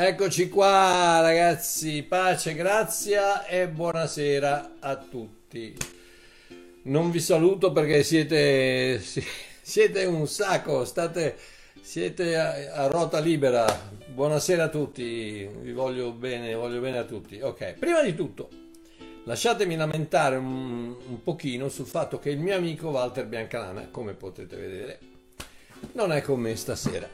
Eccoci qua ragazzi, pace, grazia e buonasera a tutti. Non vi saluto perché siete un sacco, siete a ruota libera. Buonasera a tutti, vi voglio bene a tutti. Ok, prima di tutto lasciatemi lamentare un pochino sul fatto che il mio amico Walter Biancalana, come potete vedere, non è con me stasera.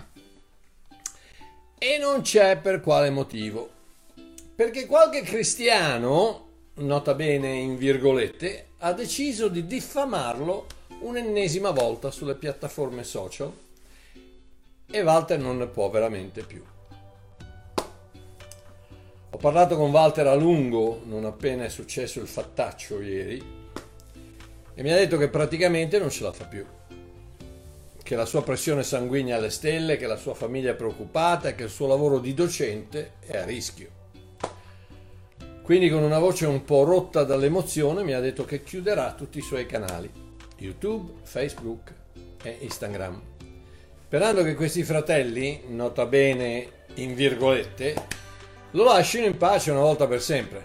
E non c'è per quale motivo. Perché qualche cristiano, nota bene in virgolette, ha deciso di diffamarlo un'ennesima volta sulle piattaforme social e Walter non ne può veramente più. Ho parlato con Walter a lungo, non appena è successo il fattaccio ieri, e mi ha detto che praticamente non ce la fa più. Che la sua pressione sanguigna è alle stelle, che la sua famiglia è preoccupata e che il suo lavoro di docente è a rischio. Quindi con una voce un po' rotta dall'emozione mi ha detto che chiuderà tutti i suoi canali, YouTube, Facebook e Instagram, sperando che questi fratelli, nota bene in virgolette, lo lasciino in pace una volta per sempre.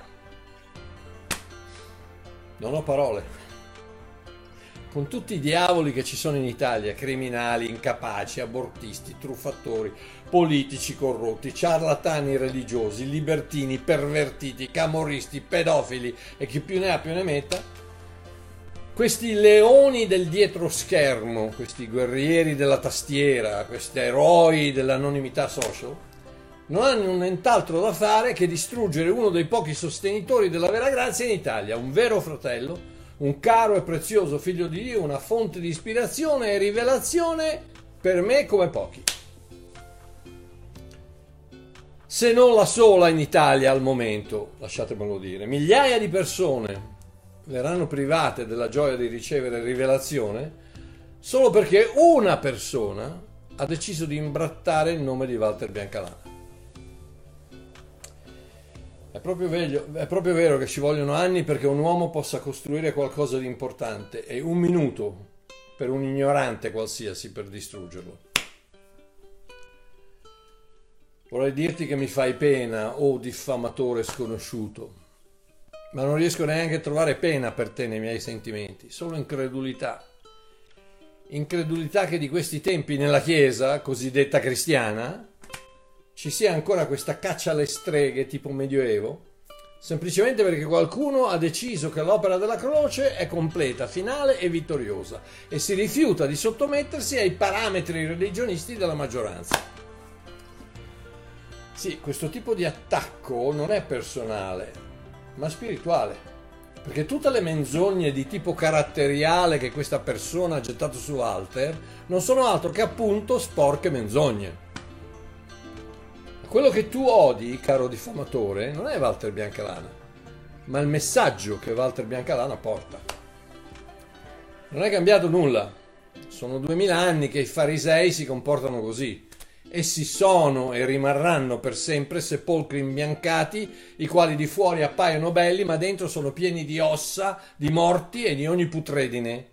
Non ho parole. Con tutti i diavoli che ci sono in Italia, criminali, incapaci, abortisti, truffatori, politici corrotti, ciarlatani religiosi, libertini, pervertiti, camorristi, pedofili e chi più ne ha più ne metta, questi leoni del dietro schermo, questi guerrieri della tastiera, questi eroi dell'anonimità social, non hanno nient'altro da fare che distruggere uno dei pochi sostenitori della vera grazia in Italia, un vero fratello, un caro e prezioso figlio di Dio, una fonte di ispirazione e rivelazione per me come pochi. Se non la sola in Italia al momento, lasciatemelo dire, migliaia di persone verranno private della gioia di ricevere rivelazione solo perché una persona ha deciso di imbrattare il nome di Walter Biancalana. È proprio vero che ci vogliono anni perché un uomo possa costruire qualcosa di importante e un minuto per un ignorante qualsiasi per distruggerlo. Vorrei dirti che mi fai pena, o diffamatore sconosciuto, ma non riesco neanche a trovare pena per te nei miei sentimenti, solo incredulità. Incredulità che di questi tempi nella Chiesa, cosiddetta cristiana, ci sia ancora questa caccia alle streghe tipo medioevo, semplicemente perché qualcuno ha deciso che l'opera della croce è completa, finale e vittoriosa e si rifiuta di sottomettersi ai parametri religionisti della maggioranza. Sì, questo tipo di attacco non è personale, ma spirituale, perché tutte le menzogne di tipo caratteriale che questa persona ha gettato su Walter non sono altro che appunto sporche menzogne. Quello che tu odi, caro diffamatore, non è Walter Biancalana, ma il messaggio che Walter Biancalana porta. Non è cambiato nulla. Sono 2000 anni che i farisei si comportano così. Essi sono e rimarranno per sempre sepolcri imbiancati, i quali di fuori appaiono belli, ma dentro sono pieni di ossa, di morti e di ogni putredine.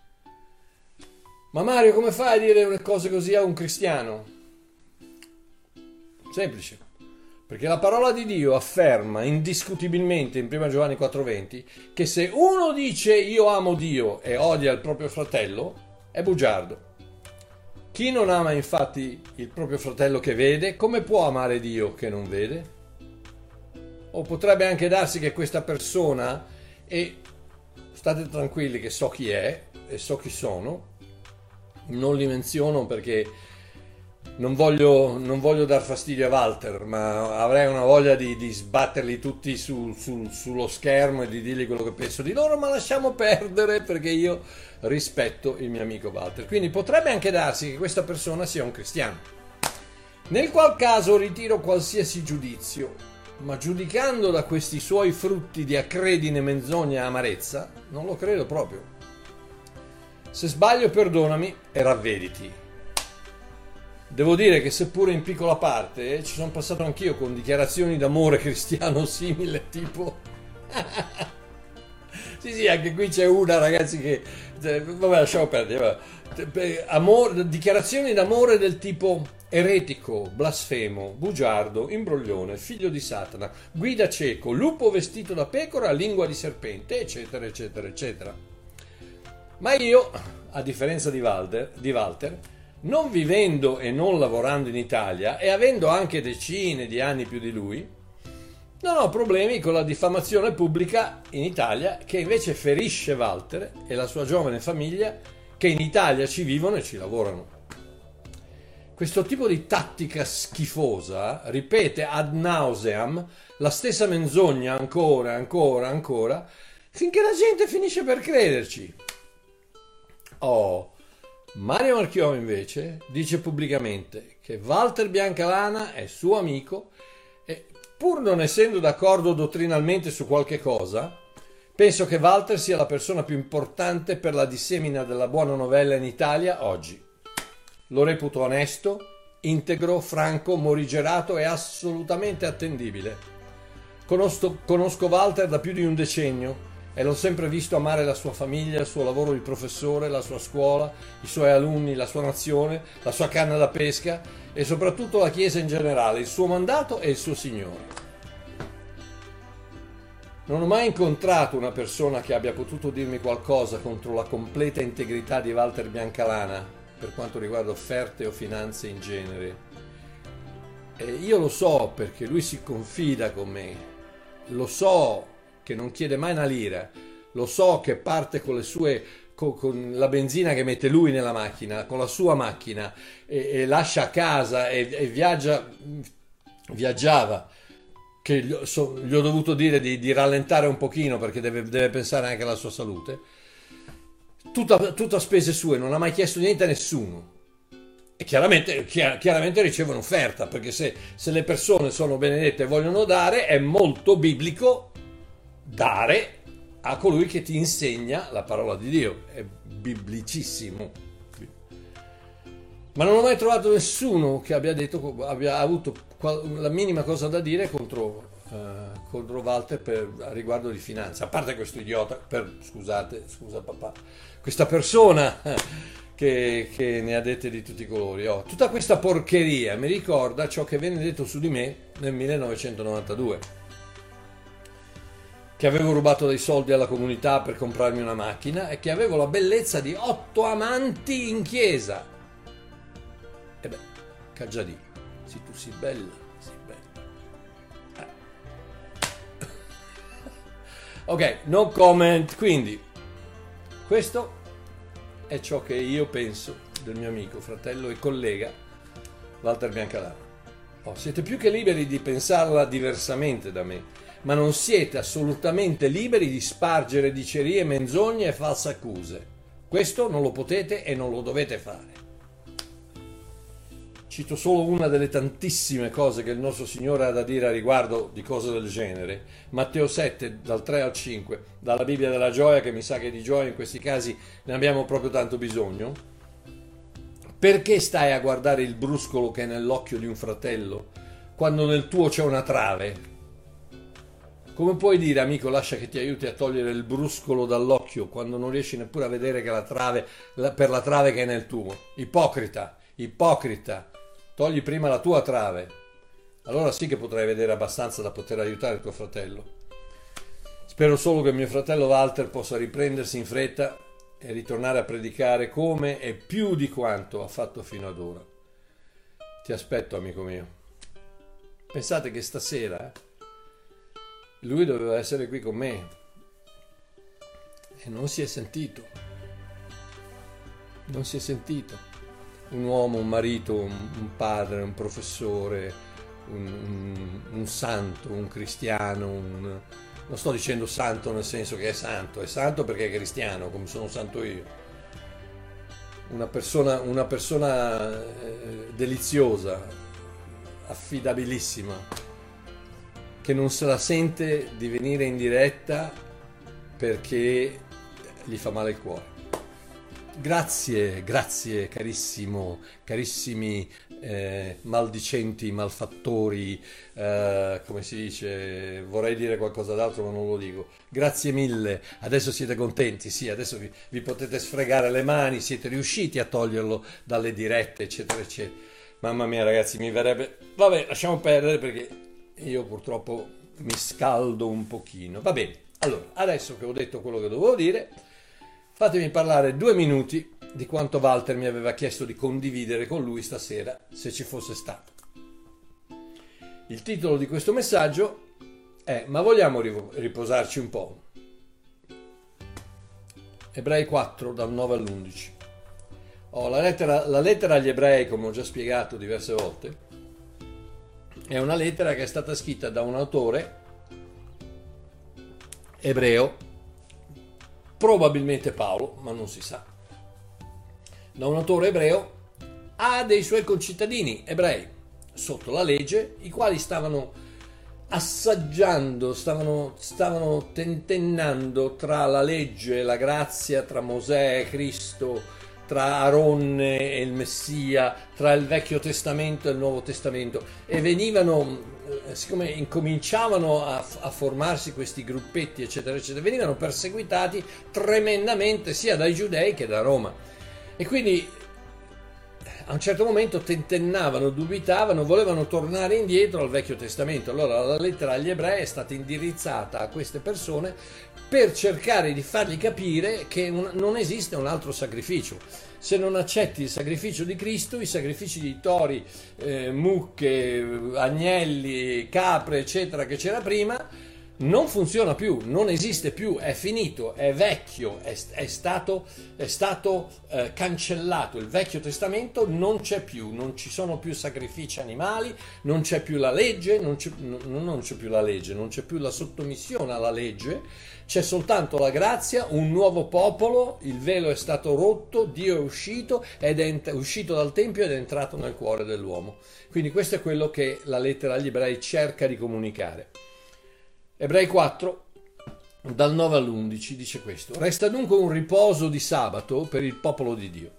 Ma Mario, come fai a dire cose così a un cristiano? Semplice, perché la parola di Dio afferma indiscutibilmente in 1 Giovanni 4,20 che se uno dice io amo Dio e odia il proprio fratello è bugiardo. Chi non ama infatti il proprio fratello che vede, come può amare Dio che non vede? O potrebbe anche darsi che questa persona, e state tranquilli che so chi è e so chi sono, non li menziono perché non voglio dar fastidio a Walter, ma avrei una voglia di sbatterli tutti sullo schermo e di dirgli quello che penso di loro, ma lasciamo perdere perché io rispetto il mio amico Walter. Quindi potrebbe anche darsi che questa persona sia un cristiano, nel qual caso ritiro qualsiasi giudizio, ma giudicando da questi suoi frutti di accredine, menzogna e amarezza, non lo credo proprio. Se sbaglio perdonami e ravvediti. Devo dire che seppure in piccola parte ci sono passato anch'io con dichiarazioni d'amore cristiano simile, tipo sì, anche qui c'è una, ragazzi, che vabbè, lasciamo perdere. Dichiarazioni d'amore del tipo eretico, blasfemo, bugiardo, imbroglione, figlio di Satana, guida cieco, lupo vestito da pecora, lingua di serpente, eccetera, eccetera, eccetera. Ma io, a differenza di Walter, non vivendo e non lavorando in Italia e avendo anche decine di anni più di lui, non ho problemi con la diffamazione pubblica in Italia, che invece ferisce Walter e la sua giovane famiglia che in Italia ci vivono e ci lavorano. Questo tipo di tattica schifosa ripete ad nauseam la stessa menzogna ancora, finché la gente finisce per crederci. Mario Marchiò invece dice pubblicamente che Walter Biancalana è suo amico e, pur non essendo d'accordo dottrinalmente su qualche cosa, penso che Walter sia la persona più importante per la dissemina della buona novella in Italia oggi. Lo reputo onesto, integro, franco, morigerato e assolutamente attendibile. Conosco Walter da più di un decennio e l'ho sempre visto amare la sua famiglia, il suo lavoro di professore, la sua scuola, i suoi alunni, la sua nazione, la sua canna da pesca e soprattutto la Chiesa in generale, il suo mandato e il suo Signore. Non ho mai incontrato una persona che abbia potuto dirmi qualcosa contro la completa integrità di Walter Biancalana per quanto riguarda offerte o finanze in genere. E io lo so perché lui si confida con me, lo so che non chiede mai una lira, lo so che parte con le sue con la benzina che mette lui nella macchina, con la sua macchina e lascia a casa e viaggiava, che gli ho dovuto dire di rallentare un pochino perché deve pensare anche alla sua salute. Tutta a spese sue, non ha mai chiesto niente a nessuno. E chiaramente riceve un'offerta, perché se le persone sono benedette e vogliono dare, è molto biblico dare a colui che ti insegna la parola di Dio. È biblicissimo. Ma non ho mai trovato nessuno che abbia avuto la minima cosa da dire contro Walter a riguardo di finanza, a parte questo idiota, scusa papà, questa persona che ne ha dette di tutti i colori. Tutta questa porcheria mi ricorda ciò che venne detto su di me nel 1992, che avevo rubato dei soldi alla comunità per comprarmi una macchina e che avevo la bellezza di 8 amanti in chiesa. E beh, Caggiadì, se tu sei bella. Ok, no comment. Quindi questo è ciò che io penso del mio amico, fratello e collega Walter Biancalana. Siete più che liberi di pensarla diversamente da me, ma non siete assolutamente liberi di spargere dicerie, menzogne e false accuse. Questo non lo potete e non lo dovete fare. Cito solo una delle tantissime cose che il nostro Signore ha da dire a riguardo di cose del genere. Matteo 7, dal 3 al 5, dalla Bibbia della gioia, che mi sa che di gioia in questi casi ne abbiamo proprio tanto bisogno. Perché stai a guardare il bruscolo che è nell'occhio di un fratello, quando nel tuo c'è una trave? Come puoi dire, amico, lascia che ti aiuti a togliere il bruscolo dall'occhio, quando non riesci neppure a vedere che per la trave che è nel tuo? Ipocrita! Togli prima la tua trave, allora sì che potrai vedere abbastanza da poter aiutare tuo fratello. Spero solo che mio fratello Walter possa riprendersi in fretta e ritornare a predicare come e più di quanto ha fatto fino ad ora. Ti aspetto, amico mio. Pensate che stasera lui doveva essere qui con me e non si è sentito. Un uomo, un marito, un padre, un professore, un santo, un cristiano, non sto dicendo santo nel senso che è santo perché è cristiano, come sono santo io. Una persona deliziosa, affidabilissima, che non se la sente di venire in diretta perché gli fa male il cuore. Grazie carissimi maldicenti, malfattori, come si dice, vorrei dire qualcosa d'altro ma non lo dico. Grazie mille, adesso siete contenti, sì, adesso vi potete sfregare le mani, siete riusciti a toglierlo dalle dirette, eccetera, eccetera. Mamma mia ragazzi, mi verrebbe... Vabbè, lasciamo perdere perché io purtroppo mi scaldo un pochino. Va bene, allora, adesso che ho detto quello che dovevo dire, fatemi parlare 2 minuti di quanto Walter mi aveva chiesto di condividere con lui stasera, se ci fosse stato. Il titolo di questo messaggio è: ma vogliamo riposarci un po'? Ebrei 4, dal 9 all'11. La lettera agli ebrei, come ho già spiegato diverse volte, è una lettera che è stata scritta da un autore ebreo, probabilmente Paolo, ma non si sa, da un autore ebreo a dei suoi concittadini ebrei sotto la legge, i quali stavano assaggiando, stavano tentennando tra la legge e la grazia, tra Mosè e Cristo, tra Aronne e il Messia, tra il Vecchio Testamento e il Nuovo Testamento, e venivano, siccome incominciavano a formarsi questi gruppetti eccetera eccetera, venivano perseguitati tremendamente sia dai giudei che da Roma, e quindi a un certo momento tentennavano, dubitavano, volevano tornare indietro al Vecchio Testamento. Allora la lettera agli ebrei è stata indirizzata a queste persone per cercare di fargli capire che non esiste un altro sacrificio. Se non accetti il sacrificio di Cristo, i sacrifici di tori, mucche, agnelli, capre, eccetera, che c'era prima, non funziona più, non esiste più, è finito, è vecchio, è stato cancellato. Il Vecchio Testamento non c'è più, non ci sono più sacrifici animali, non c'è più la legge, non c'è più la sottomissione alla legge, c'è soltanto la grazia, un nuovo popolo, il velo è stato rotto, Dio è uscito ed è uscito dal Tempio ed è entrato nel cuore dell'uomo. Quindi questo è quello che la lettera agli ebrei cerca di comunicare. Ebrei 4, dal 9 all'11 dice questo: resta dunque un riposo di sabato per il popolo di Dio.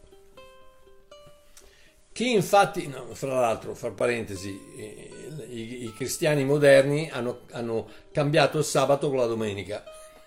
Chi infatti, no, fra l'altro, fra parentesi, i cristiani moderni hanno cambiato il sabato con la domenica.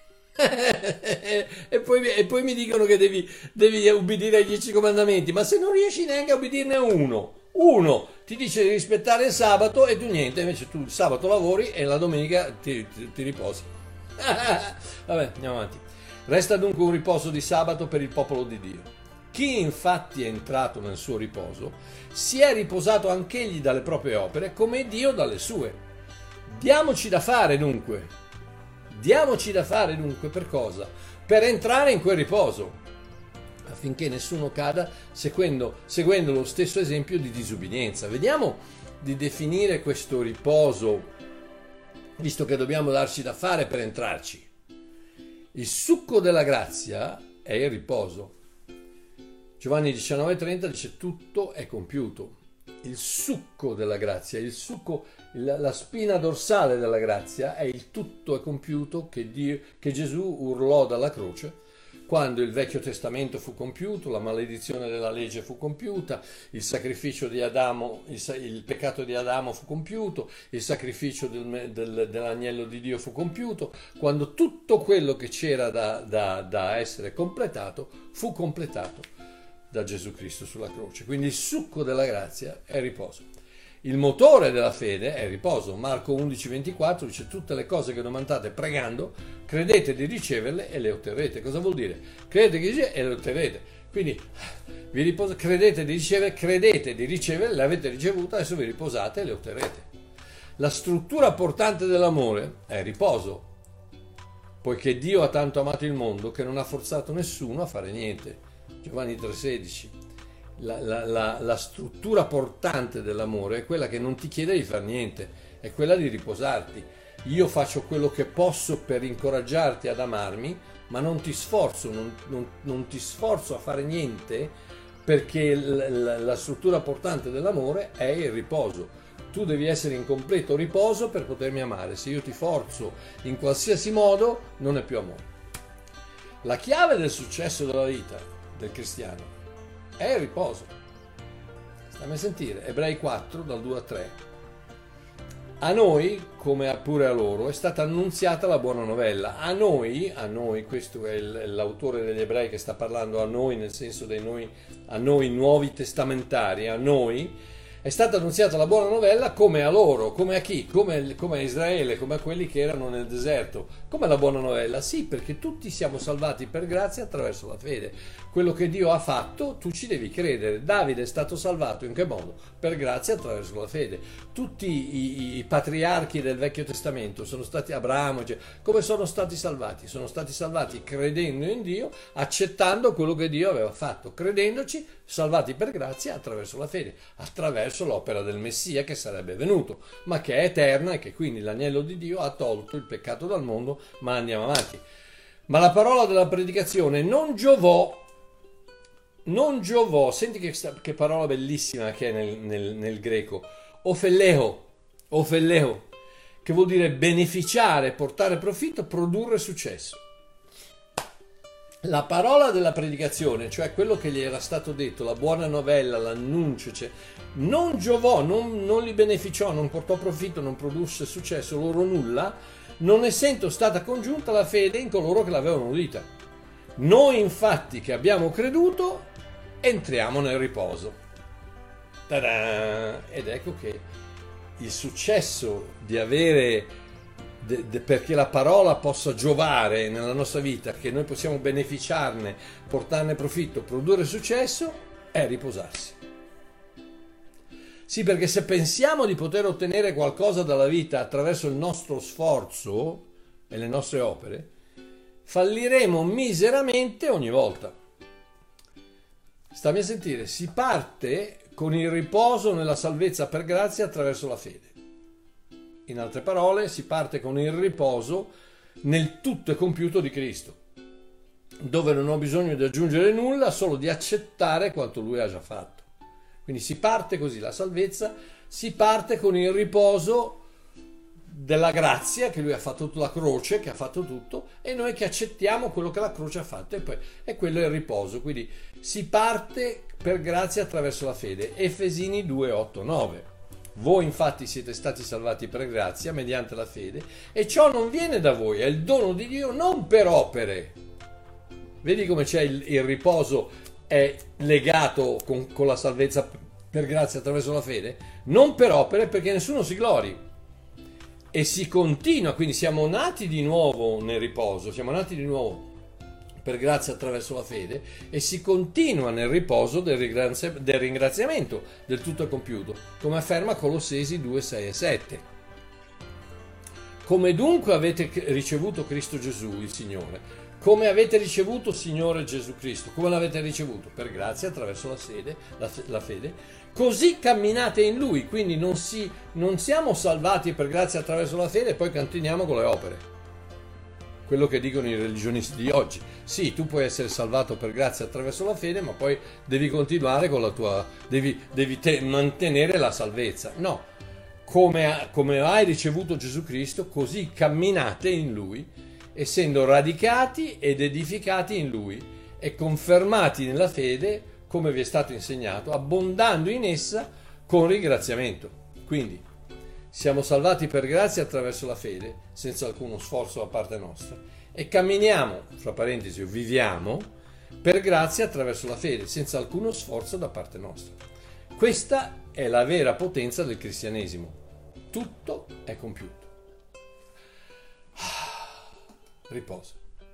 e poi mi dicono che devi ubbidire ai 10 comandamenti, ma se non riesci neanche a ubbidirne uno ti dice di rispettare il sabato e tu niente, invece tu il sabato lavori e la domenica ti riposi. Vabbè, andiamo avanti. Resta dunque un riposo di sabato per il popolo di Dio. Chi infatti è entrato nel suo riposo si è riposato anch'egli dalle proprie opere, come Dio dalle sue. Diamoci da fare dunque per cosa? Per entrare in quel riposo, affinché nessuno cada seguendo lo stesso esempio di disubbidienza. Vediamo di definire questo riposo, visto che dobbiamo darci da fare per entrarci. Il succo della grazia è il riposo. Giovanni 19,30 dice: tutto è compiuto. Il succo della grazia, la spina dorsale della grazia è il tutto è compiuto che Gesù urlò dalla croce quando il Vecchio Testamento fu compiuto, la maledizione della legge fu compiuta, il sacrificio di Adamo, il peccato di Adamo fu compiuto, il sacrificio dell'agnello di Dio fu compiuto, quando tutto quello che c'era da essere completato fu completato da Gesù Cristo sulla croce. Quindi il succo della grazia è riposo. Il motore della fede è il riposo. Marco 11,24 dice: tutte le cose che domandate pregando, credete di riceverle e le otterrete. Cosa vuol dire? Credete di ricevere e le otterrete. Quindi credete di ricevere, le avete ricevute, adesso vi riposate e le otterrete. La struttura portante dell'amore è il riposo, poiché Dio ha tanto amato il mondo che non ha forzato nessuno a fare niente. Giovanni 3,16. La struttura portante dell'amore è quella che non ti chiede di fare niente, è quella di riposarti. Io faccio quello che posso per incoraggiarti ad amarmi, ma non ti sforzo a fare niente, perché la struttura portante dell'amore è il riposo. Tu devi essere in completo riposo per potermi amare. Se io ti forzo in qualsiasi modo, non è più amore. La chiave del successo della vita del cristiano è il riposo. Stammi a sentire, Ebrei 4, dal 2 a 3. A noi, come pure a loro, è stata annunziata la buona novella. A noi, questo è l'autore degli Ebrei che sta parlando a noi, nel senso a noi nuovi testamentari, a noi È stata annunziata la buona novella come a loro, come a chi? Come a Israele, come a quelli che erano nel deserto. Come la buona novella? Sì, perché tutti siamo salvati per grazia attraverso la fede. Quello che Dio ha fatto, tu ci devi credere. Davide è stato salvato in che modo? Per grazia attraverso la fede. Tutti i patriarchi del Vecchio Testamento sono stati Abramo, come sono stati salvati? Sono stati salvati credendo in Dio, accettando quello che Dio aveva fatto, credendoci, salvati per grazia attraverso la fede, attraverso l'opera del Messia che sarebbe venuto, ma che è eterna e che quindi l'agnello di Dio ha tolto il peccato dal mondo, ma andiamo avanti. Ma la parola della predicazione non giovò, senti che parola bellissima che è nel greco, ophelleo, che vuol dire beneficiare, portare profitto, produrre successo. La parola della predicazione, cioè quello che gli era stato detto, la buona novella, l'annuncio, cioè, non giovò, non li beneficiò, non portò profitto, non produsse successo loro nulla, non essendo stata congiunta la fede in coloro che l'avevano udita. Noi infatti che abbiamo creduto entriamo nel riposo. Ta-da! Ed ecco che il successo di avere perché la parola possa giovare nella nostra vita, che noi possiamo beneficiarne, portarne profitto, produrre successo, è riposarsi. Sì, perché se pensiamo di poter ottenere qualcosa dalla vita attraverso il nostro sforzo e le nostre opere, falliremo miseramente ogni volta. Stammi a sentire, si parte con il riposo nella salvezza per grazia attraverso la fede. In altre parole, si parte con il riposo nel tutto è compiuto di Cristo, dove non ho bisogno di aggiungere nulla, solo di accettare quanto Lui ha già fatto. Quindi si parte così, la salvezza si parte con il riposo della grazia, che Lui ha fatto la croce, che ha fatto tutto, e noi che accettiamo quello che la croce ha fatto, e quello è il riposo. Quindi si parte per grazia attraverso la fede. Efesini 2, 8, 9. Voi infatti siete stati salvati per grazia mediante la fede, e ciò non viene da voi, è il dono di Dio, non per opere. Vedi come c'è il riposo è legato con la salvezza per grazia attraverso la fede? Non per opere, perché nessuno si glori. E si continua, quindi siamo nati di nuovo nel riposo, siamo nati di nuovo per grazia attraverso la fede, e si continua nel riposo del ringraziamento del tutto è compiuto, come afferma Colossesi 2, 6 e 7. Come dunque avete ricevuto Cristo Gesù, il Signore, come avete ricevuto Signore Gesù Cristo, come l'avete ricevuto? Per grazia attraverso la fede, così camminate in Lui, quindi non siamo salvati per grazia attraverso la fede e poi continuiamo con le opere. Quello che dicono i religionisti di oggi. Sì, tu puoi essere salvato per grazia attraverso la fede, ma poi devi continuare con la tua... devi mantenere la salvezza. No, come hai ricevuto Gesù Cristo, così camminate in Lui, essendo radicati ed edificati in Lui e confermati nella fede, come vi è stato insegnato, abbondando in essa con ringraziamento. Quindi, siamo salvati per grazia attraverso la fede, senza alcuno sforzo da parte nostra, e camminiamo, fra parentesi, viviamo, per grazia attraverso la fede, senza alcuno sforzo da parte nostra. Questa è la vera potenza del cristianesimo. Tutto è compiuto. Riposo.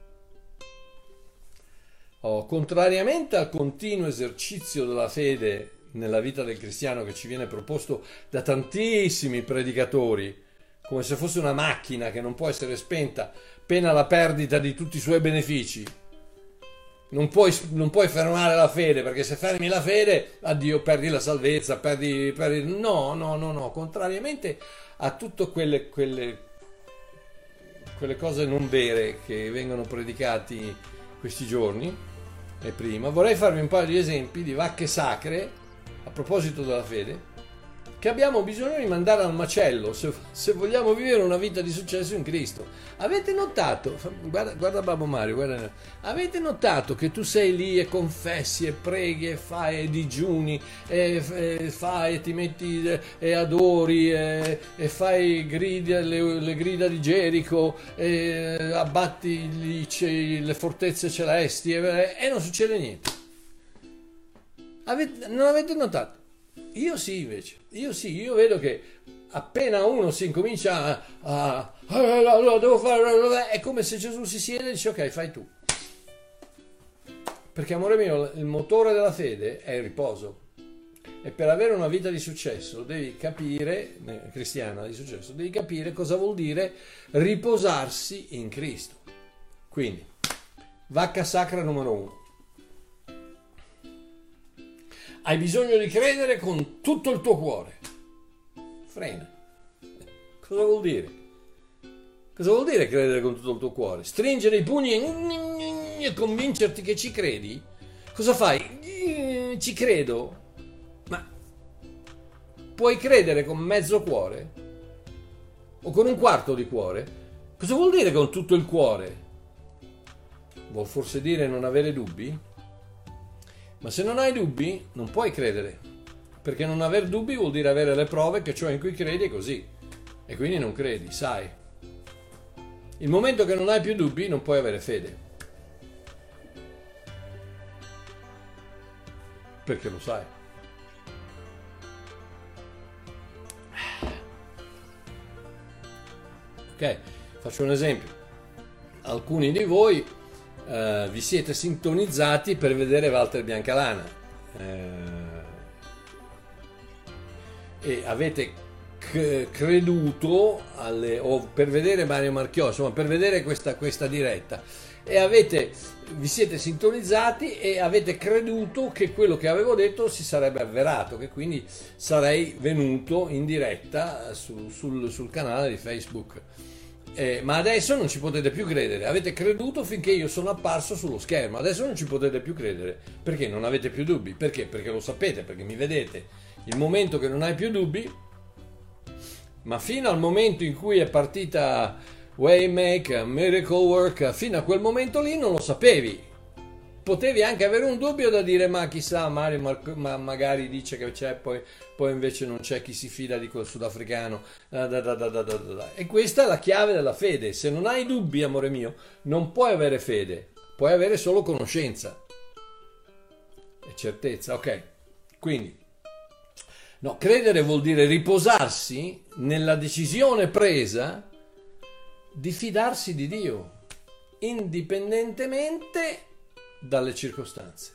Contrariamente al continuo esercizio della fede nella vita del cristiano che ci viene proposto da tantissimi predicatori, come se fosse una macchina che non può essere spenta pena la perdita di tutti i suoi benefici. Non puoi fermare la fede, perché se fermi la fede, addio, perdi la salvezza, perdi... No. Contrariamente a tutte quelle cose non vere che vengono predicati questi giorni e prima, vorrei farvi un paio di esempi di vacche sacre a proposito della fede, che abbiamo bisogno di mandare al macello se vogliamo vivere una vita di successo in Cristo. Avete notato, guarda Babbo Mario, guarda, avete notato che tu sei lì e confessi e preghi e fai e digiuni e fai e ti metti e adori e fai le grida di Gerico e abbatti le fortezze celesti e non succede niente? Non avete notato? Io sì, invece. Io sì, io vedo che appena uno si incomincia devo fare, è come se Gesù si siede e dice ok, fai tu. Perché, amore mio, il motore della fede è il riposo. E per avere una vita di successo devi capire, cristiana di successo, devi capire cosa vuol dire riposarsi in Cristo. Quindi, vacca sacra numero 1. Hai bisogno di credere con tutto il tuo cuore. Frena. Cosa vuol dire? Cosa vuol dire credere con tutto il tuo cuore? Stringere i pugni e convincerti che ci credi? Cosa fai? Ci credo. Ma puoi credere con mezzo cuore? O con un quarto di cuore? Cosa vuol dire con tutto il cuore? Vuol forse dire non avere dubbi? Ma se non hai dubbi, non puoi credere, perché non aver dubbi vuol dire avere le prove che ciò in cui credi è così, e quindi non credi, sai. Il momento che non hai più dubbi, non puoi avere fede, perché lo sai. Ok, faccio un esempio. Alcuni di voi vi siete sintonizzati per vedere Walter Biancalana e avete creduto o per vedere Mario Marchiò, insomma per vedere questa diretta, e vi siete sintonizzati e avete creduto che quello che avevo detto si sarebbe avverato, che quindi sarei venuto in diretta sul canale di Facebook. Ma adesso non ci potete più credere. Avete creduto finché io sono apparso sullo schermo. Adesso non ci potete più credere perché non avete più dubbi. Perché? Perché lo sapete, perché mi vedete. Il momento che non hai più dubbi, ma fino al momento in cui è partita Waymaker, Miracle Work, fino a quel momento lì non lo sapevi. Potevi anche avere un dubbio da dire ma chissà, Mario magari dice che c'è, poi invece non c'è, chi si fida di quel sudafricano. E questa è la chiave della fede. Se non hai dubbi, amore mio, non puoi avere fede, puoi avere solo conoscenza e certezza. Ok, quindi no, credere vuol dire riposarsi nella decisione presa di fidarsi di Dio, indipendentemente dalle circostanze.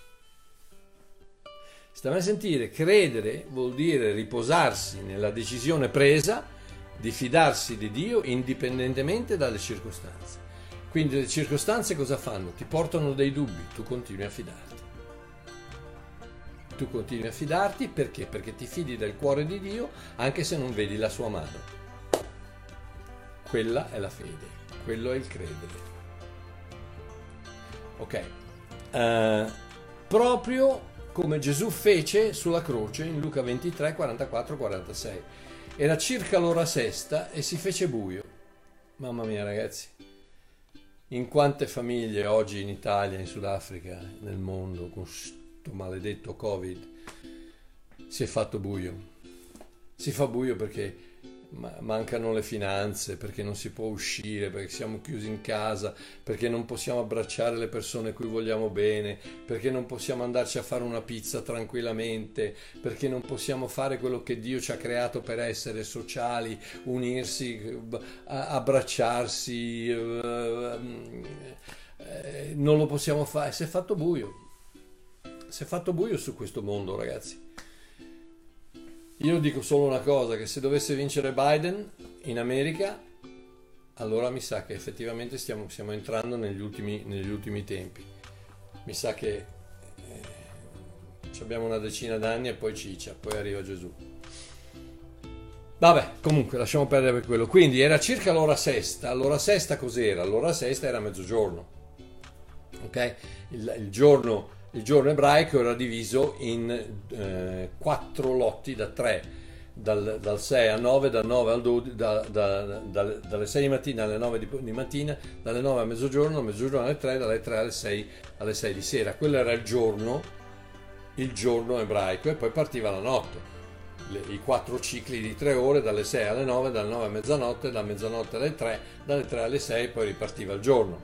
Stammi a sentire, credere vuol dire riposarsi nella decisione presa di fidarsi di Dio indipendentemente dalle circostanze. Quindi le circostanze cosa fanno? Ti portano dei dubbi, tu continui a fidarti. Tu continui a fidarti perché? Perché ti fidi del cuore di Dio anche se non vedi la sua mano. Quella è la fede, quello è il credere. Ok, proprio come Gesù fece sulla croce in Luca 23, 44, 46. Era circa l'ora sesta e si fece buio. Mamma mia ragazzi, in quante famiglie oggi in Italia, in Sudafrica, nel mondo, con questo maledetto Covid, si è fatto buio. Si fa buio perché mancano le finanze, perché non si può uscire, perché siamo chiusi in casa, perché non possiamo abbracciare le persone a cui vogliamo bene, perché non possiamo andarci a fare una pizza tranquillamente, perché non possiamo fare quello che Dio ci ha creato per essere, sociali, unirsi, abbracciarsi, non lo possiamo fare. Si è fatto buio su questo mondo, ragazzi. Io dico solo una cosa, che se dovesse vincere Biden in America, allora mi sa che effettivamente stiamo entrando negli ultimi tempi. Mi sa che abbiamo una decina d'anni e poi ciccia, poi arriva Gesù. Vabbè, comunque lasciamo perdere per quello. Quindi era circa l'ora sesta. L'ora sesta cos'era? L'ora sesta era mezzogiorno. Ok? Il giorno ebraico era diviso in 4 lotti da 3, dal 6 al 9, dal 9 al 12, dalle 6 di mattina alle 9 di mattina, dalle 9 a mezzogiorno alle 3, dalle 3 alle 6 di sera. Quello era il giorno ebraico, e poi partiva la notte, i 4 cicli di 3 ore, dalle 6 alle 9, dalle 9 a mezzanotte, da mezzanotte alle 3, dalle 3 alle 6, poi ripartiva il giorno.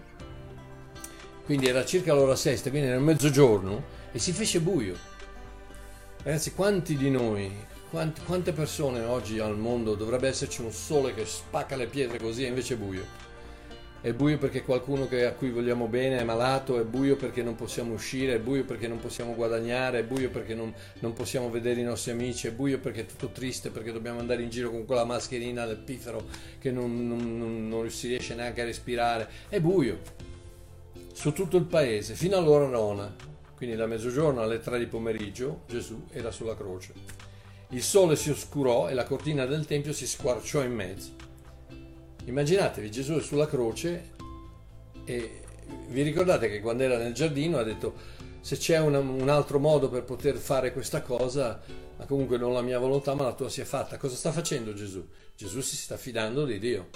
Quindi era circa l'ora sesta, quindi era mezzogiorno e si fece buio. Ragazzi, quanti di noi, quante persone oggi al mondo dovrebbe esserci un sole che spacca le pietre così e invece è buio? È buio perché qualcuno a cui vogliamo bene è malato, è buio perché non possiamo uscire, è buio perché non possiamo guadagnare, è buio perché non possiamo vedere i nostri amici, è buio perché è tutto triste, perché dobbiamo andare in giro con quella mascherina del piffero che non si riesce neanche a respirare. È buio su tutto il paese, fino all'ora nona. Quindi da mezzogiorno alle 3 di pomeriggio Gesù era sulla croce. Il sole si oscurò e la cortina del tempio si squarciò in mezzo. Immaginatevi, Gesù è sulla croce e vi ricordate che quando era nel giardino ha detto: se c'è un altro modo per poter fare questa cosa, ma comunque non la mia volontà ma la tua sia fatta. Cosa sta facendo Gesù? Gesù si sta fidando di Dio.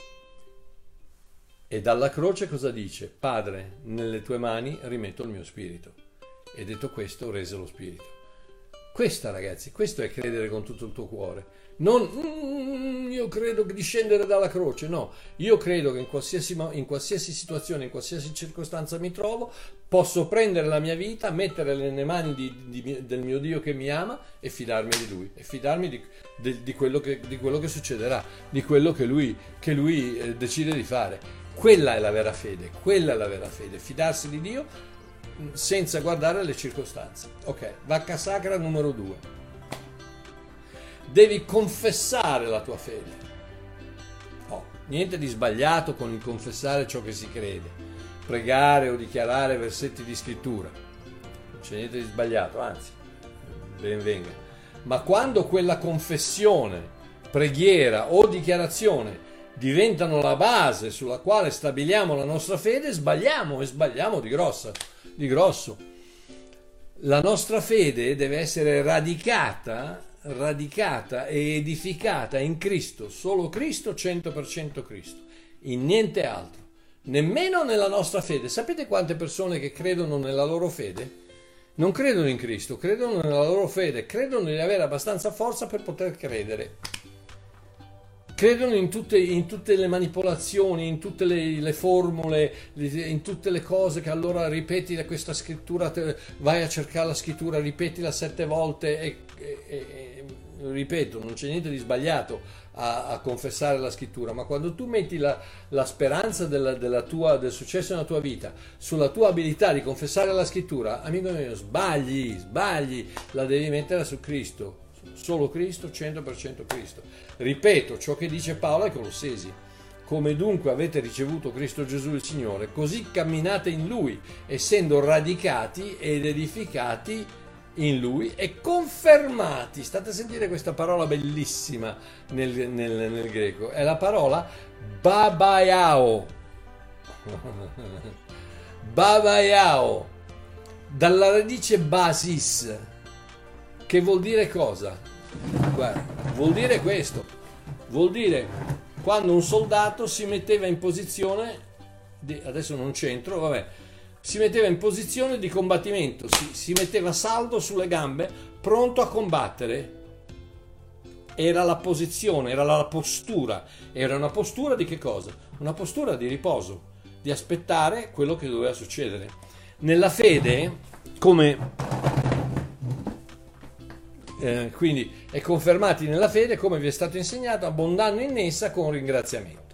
E dalla croce cosa dice? Padre, nelle tue mani rimetto il mio spirito. E detto questo rese lo spirito. Questa, ragazzi, questo è credere con tutto il tuo cuore. Non io credo che discendere dalla croce, no, io credo che in qualsiasi situazione, in qualsiasi circostanza mi trovo, posso prendere la mia vita, metterla nelle mani del mio Dio che mi ama e fidarmi di Lui, e fidarmi di quello che succederà, di quello che Lui decide di fare. Quella è la vera fede, fidarsi di Dio senza guardare le circostanze. Ok, vacca sacra numero 2. Devi confessare la tua fede. Niente di sbagliato con il confessare ciò che si crede, pregare o dichiarare versetti di scrittura. Non c'è niente di sbagliato, anzi, ben venga. Ma quando quella confessione, preghiera o dichiarazione diventano la base sulla quale stabiliamo la nostra fede, sbagliamo, e sbagliamo di grosso. La nostra fede deve essere radicata e edificata in Cristo, solo Cristo, 100% Cristo, in niente altro, nemmeno nella nostra fede. Sapete quante persone che credono nella loro fede? Non credono in Cristo, credono nella loro fede, credono di avere abbastanza forza per poter credere. Credono in tutte le manipolazioni, in tutte le formule, in tutte le cose che allora ripeti questa scrittura, vai a cercare la scrittura, ripetila 7 volte e ripeto, non c'è niente di sbagliato a confessare la scrittura, ma quando tu metti la speranza del successo nella tua vita sulla tua abilità di confessare la scrittura, amico mio, sbagli, la devi mettere su Cristo. Solo Cristo, 100% Cristo. Ripeto ciò che dice Paolo ai Colossesi: come dunque avete ricevuto Cristo Gesù il Signore, così camminate in Lui, essendo radicati ed edificati in Lui e confermati. State a sentire questa parola bellissima nel greco, è la parola babaiao. Babaiao, dalla radice basis, che vuol dire cosa? Guarda, vuol dire questo, vuol dire quando un soldato si metteva in posizione adesso non c'entro, vabbè, si metteva in posizione di combattimento, si metteva saldo sulle gambe, pronto a combattere. Era la posizione, era la postura. Era una postura di che cosa? Una postura di riposo, di aspettare quello che doveva succedere. Nella fede, quindi è confermati nella fede, come vi è stato insegnato, abbondando in essa con ringraziamento.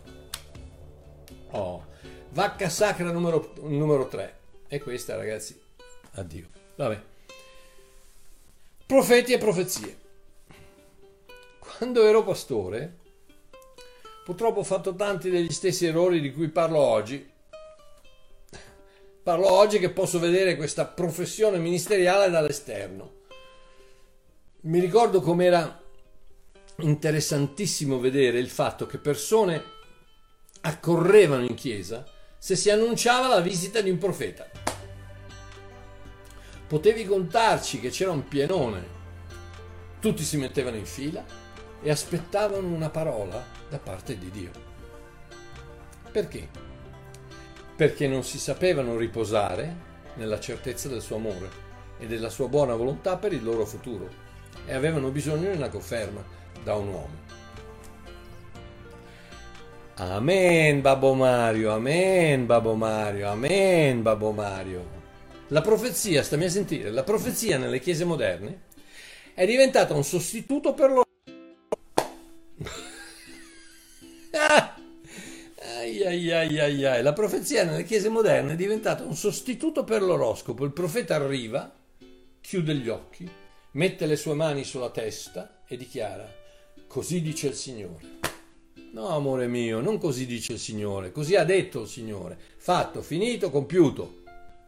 Vacca sacra numero 3. E questa, ragazzi, addio. Vabbè. Profeti e profezie. Quando ero pastore, purtroppo ho fatto tanti degli stessi errori di cui parlo oggi. Parlo oggi che posso vedere questa professione ministeriale dall'esterno. Mi ricordo com'era interessantissimo vedere il fatto che persone accorrevano in chiesa se si annunciava la visita di un profeta. Potevi contarci che c'era un pienone. Tutti si mettevano in fila e aspettavano una parola da parte di Dio. Perché? Perché non si sapevano riposare nella certezza del suo amore e della sua buona volontà per il loro futuro e avevano bisogno di una conferma da un uomo. Amen, Babbo Mario, amen, Babbo Mario, amen, Babbo Mario. La profezia, stammi a sentire, la profezia nelle chiese moderne è diventata un sostituto per lo... La profezia nelle chiese moderne è diventata un sostituto per l'oroscopo. Il profeta arriva, chiude gli occhi, mette le sue mani sulla testa e dichiara: così dice il Signore. No, amore mio, non così dice il Signore, così ha detto il Signore. Fatto, finito, compiuto.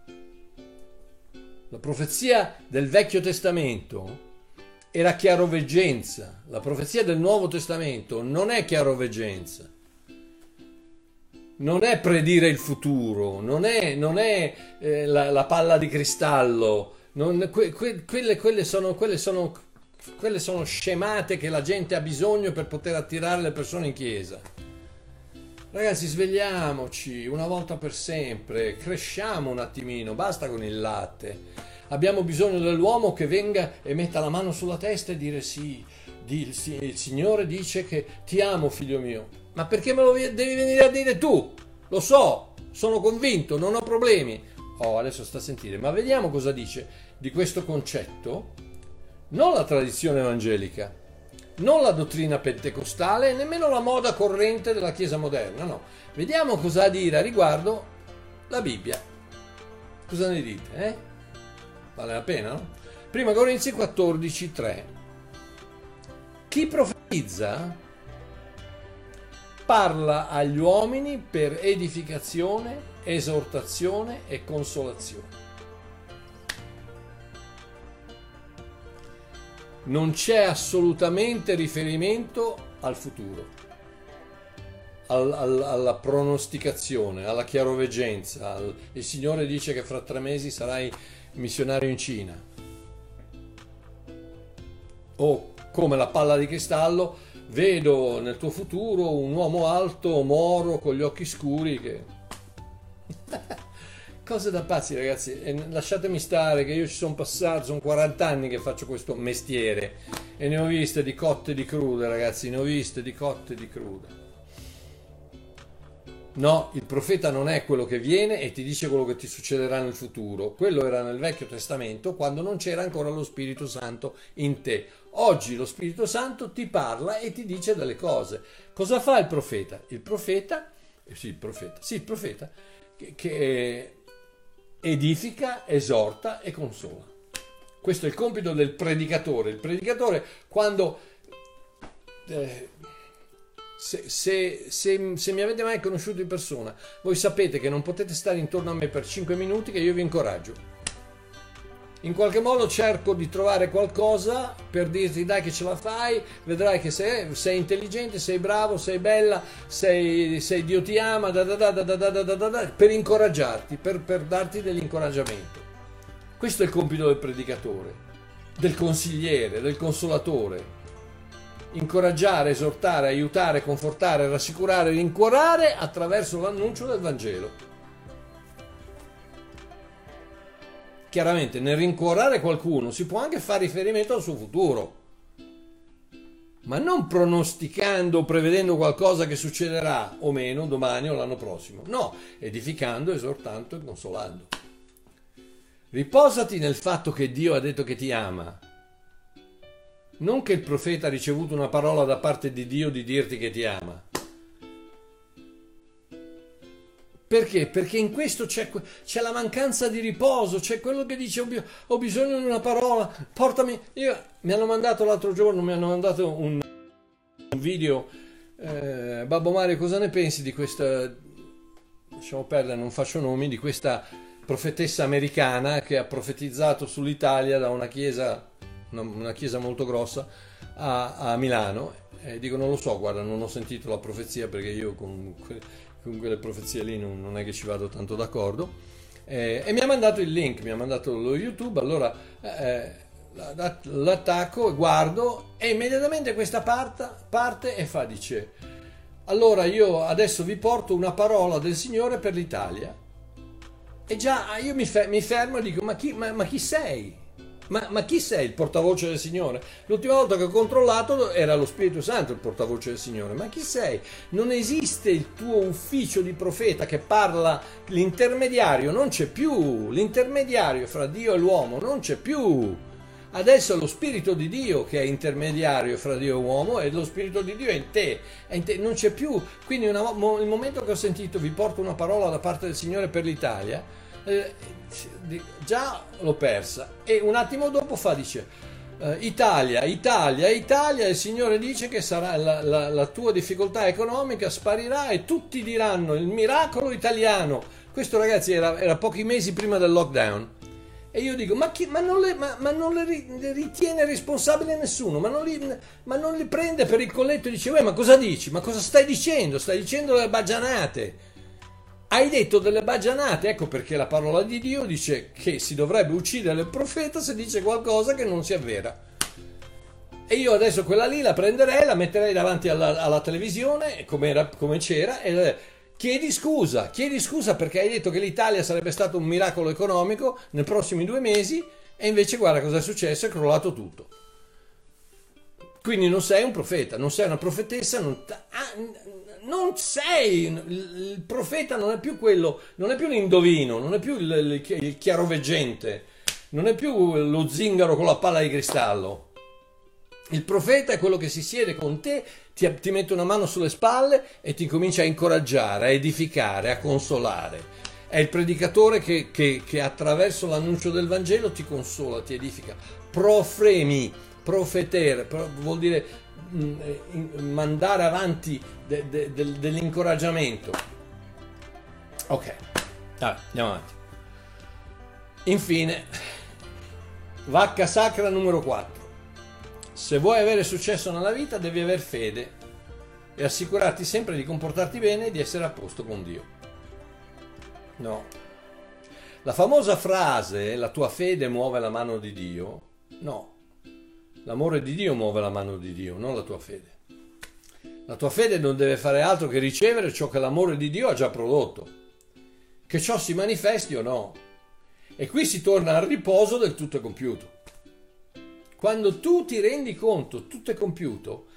La profezia del Vecchio Testamento era chiaroveggenza. La profezia del Nuovo Testamento non è chiaroveggenza. Non è predire il futuro, non è la palla di cristallo. Quelle sono scemate che la gente ha bisogno per poter attirare le persone in chiesa. Ragazzi, svegliamoci una volta per sempre, cresciamo un attimino, basta con il latte. Abbiamo bisogno dell'uomo che venga e metta la mano sulla testa e dire sì, il Signore dice che ti amo, figlio mio. Ma perché me lo devi venire a dire tu? Lo so, sono convinto, non ho problemi. Oh, adesso sta a sentire, ma vediamo cosa dice di questo concetto. Non la tradizione evangelica, non la dottrina pentecostale, nemmeno la moda corrente della Chiesa moderna, no. Vediamo cosa ha a dire a riguardo la Bibbia. Cosa ne dite, eh? Vale la pena, no? Prima Corinzi 14:3. Chi profetizza parla agli uomini per edificazione, esortazione e consolazione. Non c'è assolutamente riferimento al futuro, alla pronosticazione, alla chiaroveggenza. Il Signore dice che fra 3 mesi sarai missionario in Cina. O come la palla di cristallo, vedo nel tuo futuro un uomo alto, moro, con gli occhi scuri che... Cose da pazzi, ragazzi, e lasciatemi stare che io ci sono passato, sono 40 anni che faccio questo mestiere e ne ho viste di cotte e di crude, ragazzi, ne ho viste di cotte e di crude. No, il profeta non è quello che viene e ti dice quello che ti succederà nel futuro. Quello era nel Vecchio Testamento, quando non c'era ancora lo Spirito Santo in te. Oggi lo Spirito Santo ti parla e ti dice delle cose. Cosa fa il profeta? Il profeta che edifica, esorta e consola. Questo è il compito del predicatore. Il predicatore, quando se mi avete mai conosciuto in persona, voi sapete che non potete stare intorno a me per 5 minuti che io vi incoraggio. In qualche modo cerco di trovare qualcosa per dirti: dai che ce la fai, vedrai che sei intelligente, sei bravo, sei bella, sei Dio ti ama, per incoraggiarti, per darti dell'incoraggiamento. Questo è il compito del predicatore, del consigliere, del consolatore. Incoraggiare, esortare, aiutare, confortare, rassicurare, rincuorare attraverso l'annuncio del Vangelo. Chiaramente nel rincuorare qualcuno si può anche fare riferimento al suo futuro, ma non pronosticando o prevedendo qualcosa che succederà o meno domani o l'anno prossimo. No, edificando, esortando e consolando. Riposati nel fatto che Dio ha detto che ti ama. Non che il profeta ha ricevuto una parola da parte di Dio di dirti che ti ama. Perché? Perché in questo c'è la mancanza di riposo, c'è quello che dice ho bisogno di una parola, portami. Mi hanno mandato l'altro giorno, un video, Babbo Mario, cosa ne pensi di questa, lasciamo perdere, non faccio nomi, di questa profetessa americana che ha profetizzato sull'Italia da una chiesa molto grossa a Milano. Dico, non lo so, guarda, non ho sentito la profezia perché io con quelle profezie lì non è che ci vado tanto d'accordo, e mi ha mandato il link, mi ha mandato lo YouTube. Allora l'attacco, guardo e immediatamente questa parte e dice: allora io adesso vi porto una parola del Signore per l'Italia. E già io mi fermo e dico: ma chi sei? Ma chi sei il portavoce del Signore? L'ultima volta che ho controllato era lo Spirito Santo il portavoce del Signore. Ma chi sei? Non esiste il tuo ufficio di profeta che parla, l'intermediario non c'è più, l'intermediario fra Dio e l'uomo non c'è più. Adesso è lo Spirito di Dio che è intermediario fra Dio e uomo, e lo Spirito di Dio è in te, non c'è più. Quindi il momento che ho sentito vi porto una parola da parte del Signore per l'Italia, già l'ho persa, e un attimo dopo dice Italia, Italia, Italia, il Signore dice che sarà la tua difficoltà economica sparirà e tutti diranno il miracolo italiano. Questo, ragazzi, era pochi mesi prima del lockdown. E io dico, ma non le ritiene responsabile nessuno, ma non li prende per il colletto e dice, ma cosa dici? Ma cosa stai dicendo? Stai dicendo delle baggianate. Hai detto delle baggianate, ecco perché la parola di Dio dice che si dovrebbe uccidere il profeta se dice qualcosa che non si avvera. E io adesso quella lì la prenderei, la metterei davanti alla televisione, come c'era, e chiedi scusa perché hai detto che l'Italia sarebbe stato un miracolo economico nei prossimi 2 mesi, e invece guarda cosa è successo, è crollato tutto. Quindi non sei un profeta, non sei una profetessa, non sei, il profeta non è più quello, non è più l'indovino, non è più il chiaroveggente, non è più lo zingaro con la palla di cristallo. Il profeta è quello che si siede con te, ti mette una mano sulle spalle e ti comincia a incoraggiare, a edificare, a consolare. È il predicatore che attraverso l'annuncio del Vangelo ti consola, ti edifica. Profremi, profetere, vuol dire mandare avanti dell'incoraggiamento. Ok, andiamo avanti. Infine, vacca sacra numero 4. Se vuoi avere successo nella vita devi aver fede e assicurarti sempre di comportarti bene e di essere a posto con Dio. No. La famosa frase, la tua fede muove la mano di Dio, no. L'amore di Dio muove la mano di Dio, non la tua fede. La tua fede non deve fare altro che ricevere ciò che l'amore di Dio ha già prodotto. Che ciò si manifesti o no. E qui si torna al riposo del tutto è compiuto. Quando tu ti rendi conto, tutto è compiuto,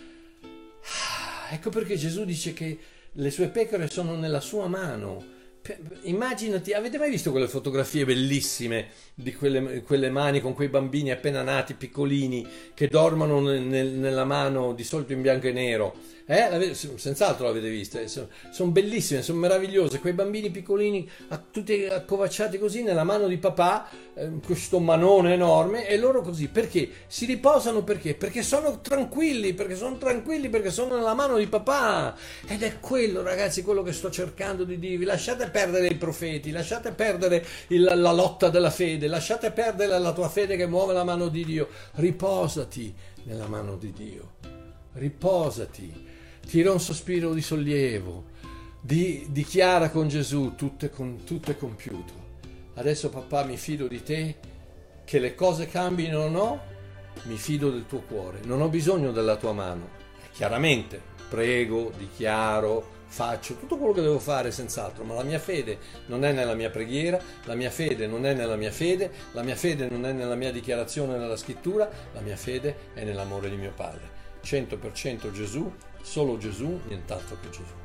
ecco perché Gesù dice che le sue pecore sono nella sua mano. Immaginati, avete mai visto quelle fotografie bellissime di quelle mani con quei bambini appena nati, piccolini, che dormono nella mano, di solito in bianco e nero? Senz'altro l'avete viste, sono bellissime, sono meravigliose, quei bambini piccolini tutti accovacciati così nella mano di papà, questo manone enorme, e loro così, perché? Si riposano perché? Perché sono tranquilli, perché sono nella mano di papà. Ed è quello, ragazzi, quello che sto cercando di dirvi. Lasciate perdere i profeti, lasciate perdere la lotta della fede, lasciate perdere la tua fede che muove la mano di Dio. Riposati nella mano di Dio, riposati. Tira un sospiro di sollievo, dichiara con Gesù tutto è compiuto. Adesso papà mi fido di te, che le cose cambino o no, mi fido del tuo cuore, non ho bisogno della tua mano. Chiaramente prego, dichiaro, faccio tutto quello che devo fare senz'altro, ma la mia fede non è nella mia preghiera, la mia fede non è nella mia fede, la mia fede non è nella mia dichiarazione nella scrittura, la mia fede è nell'amore di mio Padre. 100% Gesù, solo Gesù, nient'altro che Gesù.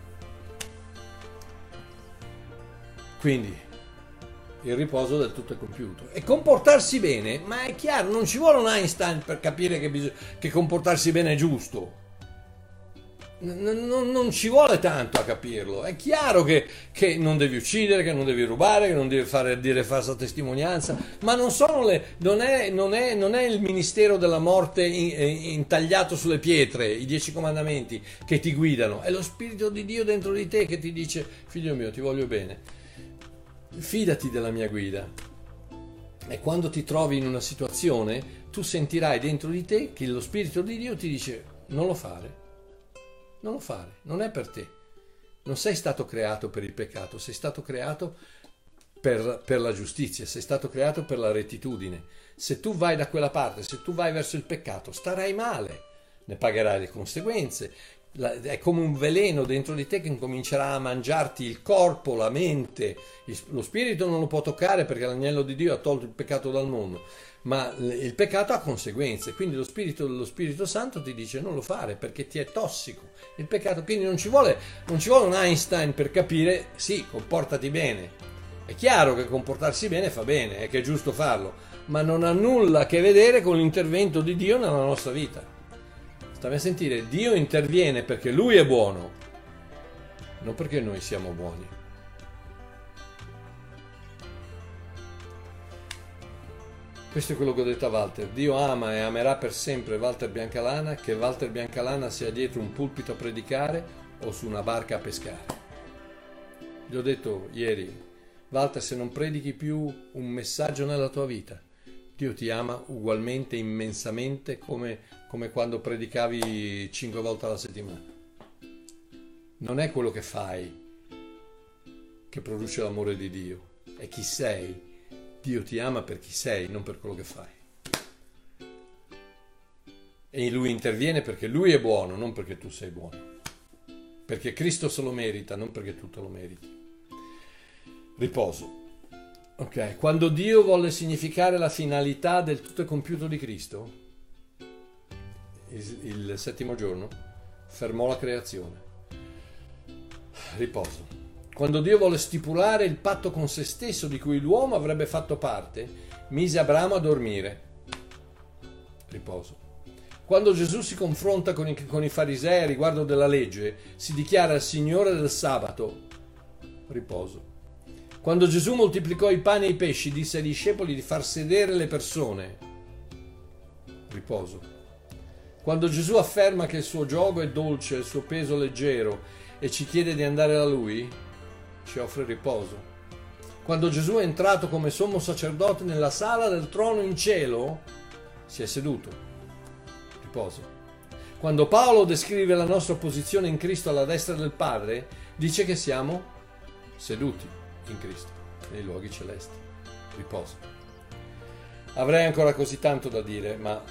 Quindi il riposo del tutto è compiuto. E comportarsi bene, ma è chiaro, non ci vuole un Einstein per capire che comportarsi bene è giusto. Non ci vuole tanto a capirlo. È chiaro che non devi uccidere, che non devi rubare, che non devi dire falsa testimonianza, ma non è il ministero della morte intagliato sulle pietre, i 10 comandamenti che ti guidano. È lo Spirito di Dio dentro di te che ti dice: figlio mio, ti voglio bene, fidati della mia guida. E quando ti trovi in una situazione, tu sentirai dentro di te che lo Spirito di Dio ti dice: non lo fare. Non lo fare, non è per te. Non sei stato creato per il peccato, sei stato creato per la giustizia, sei stato creato per la rettitudine. Se tu vai da quella parte, se tu vai verso il peccato, starai male, ne pagherai le conseguenze. È come un veleno dentro di te che incomincerà a mangiarti il corpo, la mente. Lo spirito non lo può toccare perché l'agnello di Dio ha tolto il peccato dal mondo, ma il peccato ha conseguenze, quindi lo Spirito Santo ti dice non lo fare perché ti è tossico il peccato. Quindi non ci vuole un Einstein per capire, sì, comportati bene. È chiaro che comportarsi bene fa bene e che è giusto farlo, ma non ha nulla a che vedere con l'intervento di Dio nella nostra vita. Stammi a sentire, Dio interviene perché Lui è buono, non perché noi siamo buoni. Questo è quello che ho detto a Walter. Dio ama e amerà per sempre Walter Biancalana, che Walter Biancalana sia dietro un pulpito a predicare o su una barca a pescare. Gli ho detto ieri, Walter, se non predichi più un messaggio nella tua vita, Dio ti ama ugualmente, immensamente, come quando predicavi 5 volte alla settimana. Non è quello che fai che produce l'amore di Dio, è chi sei. Dio ti ama per chi sei, non per quello che fai. E Lui interviene perché Lui è buono, non perché tu sei buono. Perché Cristo se lo merita, non perché tu te lo meriti. Riposo. Ok, quando Dio volle significare la finalità del tutto è compiuto di Cristo, il settimo giorno, fermò la creazione. Riposo. Quando Dio volle stipulare il patto con se stesso di cui l'uomo avrebbe fatto parte, mise Abramo a dormire. Riposo. Quando Gesù si confronta con i farisei riguardo della legge, si dichiara il Signore del sabato. Riposo. Quando Gesù moltiplicò i pani e i pesci, disse ai discepoli di far sedere le persone. Riposo. Quando Gesù afferma che il suo giogo è dolce, il suo peso leggero e ci chiede di andare da Lui, ci offre riposo. Quando Gesù è entrato come sommo sacerdote nella sala del trono in cielo, si è seduto. Riposo. Quando Paolo descrive la nostra posizione in Cristo alla destra del Padre, dice che siamo seduti in Cristo, nei luoghi celesti. Riposo. Avrei ancora così tanto da dire, ma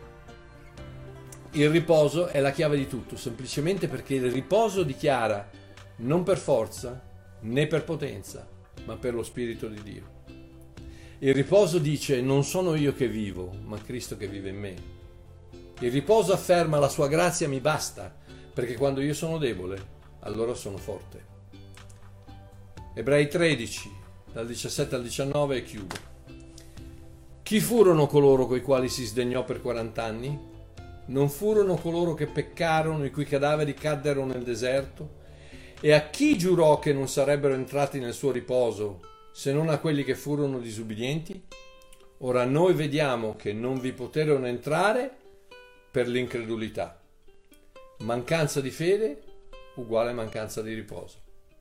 il riposo è la chiave di tutto, semplicemente perché il riposo dichiara, non per forza, né per potenza, ma per lo Spirito di Dio. Il riposo dice, non sono io che vivo, ma Cristo che vive in me. Il riposo afferma, la sua grazia mi basta, perché quando io sono debole, allora sono forte. Ebrei 13, dal 17 al 19 e chiudo. Chi furono coloro coi quali si sdegnò per 40 anni? Non furono coloro che peccarono, i cui cadaveri caddero nel deserto? E a chi giurò che non sarebbero entrati nel suo riposo, se non a quelli che furono disubbidienti? Ora noi vediamo che non vi poterono entrare per l'incredulità. Mancanza di fede uguale mancanza di riposo.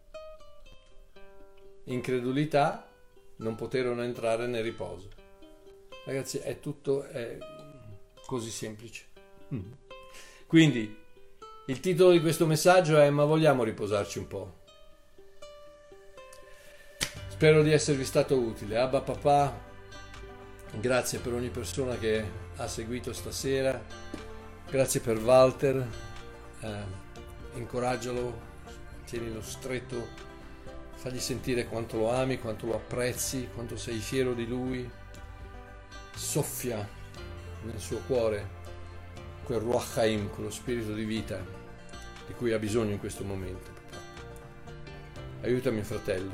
Incredulità, non poterono entrare nel riposo. Ragazzi, è così semplice. Quindi il titolo di questo messaggio è: ma vogliamo riposarci un po'? Spero di esservi stato utile. Abba papà, grazie per ogni persona che ha seguito stasera, grazie per Walter, incoraggialo, tienilo stretto, fagli sentire quanto lo ami, quanto lo apprezzi, quanto sei fiero di lui, soffia nel suo cuore quel Ruach Chaim, quello spirito di vita di cui ha bisogno in questo momento. Aiuta mio fratello,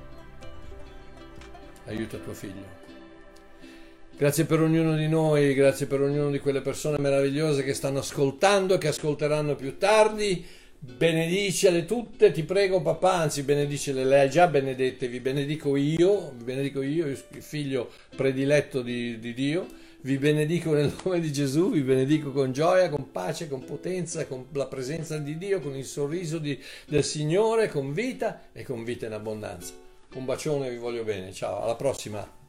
aiuta tuo figlio. Grazie per ognuno di noi, grazie per ognuno di quelle persone meravigliose che stanno ascoltando, che ascolteranno più tardi. Benedicele tutte, ti prego papà, anzi benedicele, le hai già benedette, vi benedico io, il figlio prediletto di Dio. Vi benedico nel nome di Gesù, vi benedico con gioia, con pace, con potenza, con la presenza di Dio, con il sorriso del Signore, con vita e con vita in abbondanza. Un bacione, vi voglio bene, ciao, alla prossima.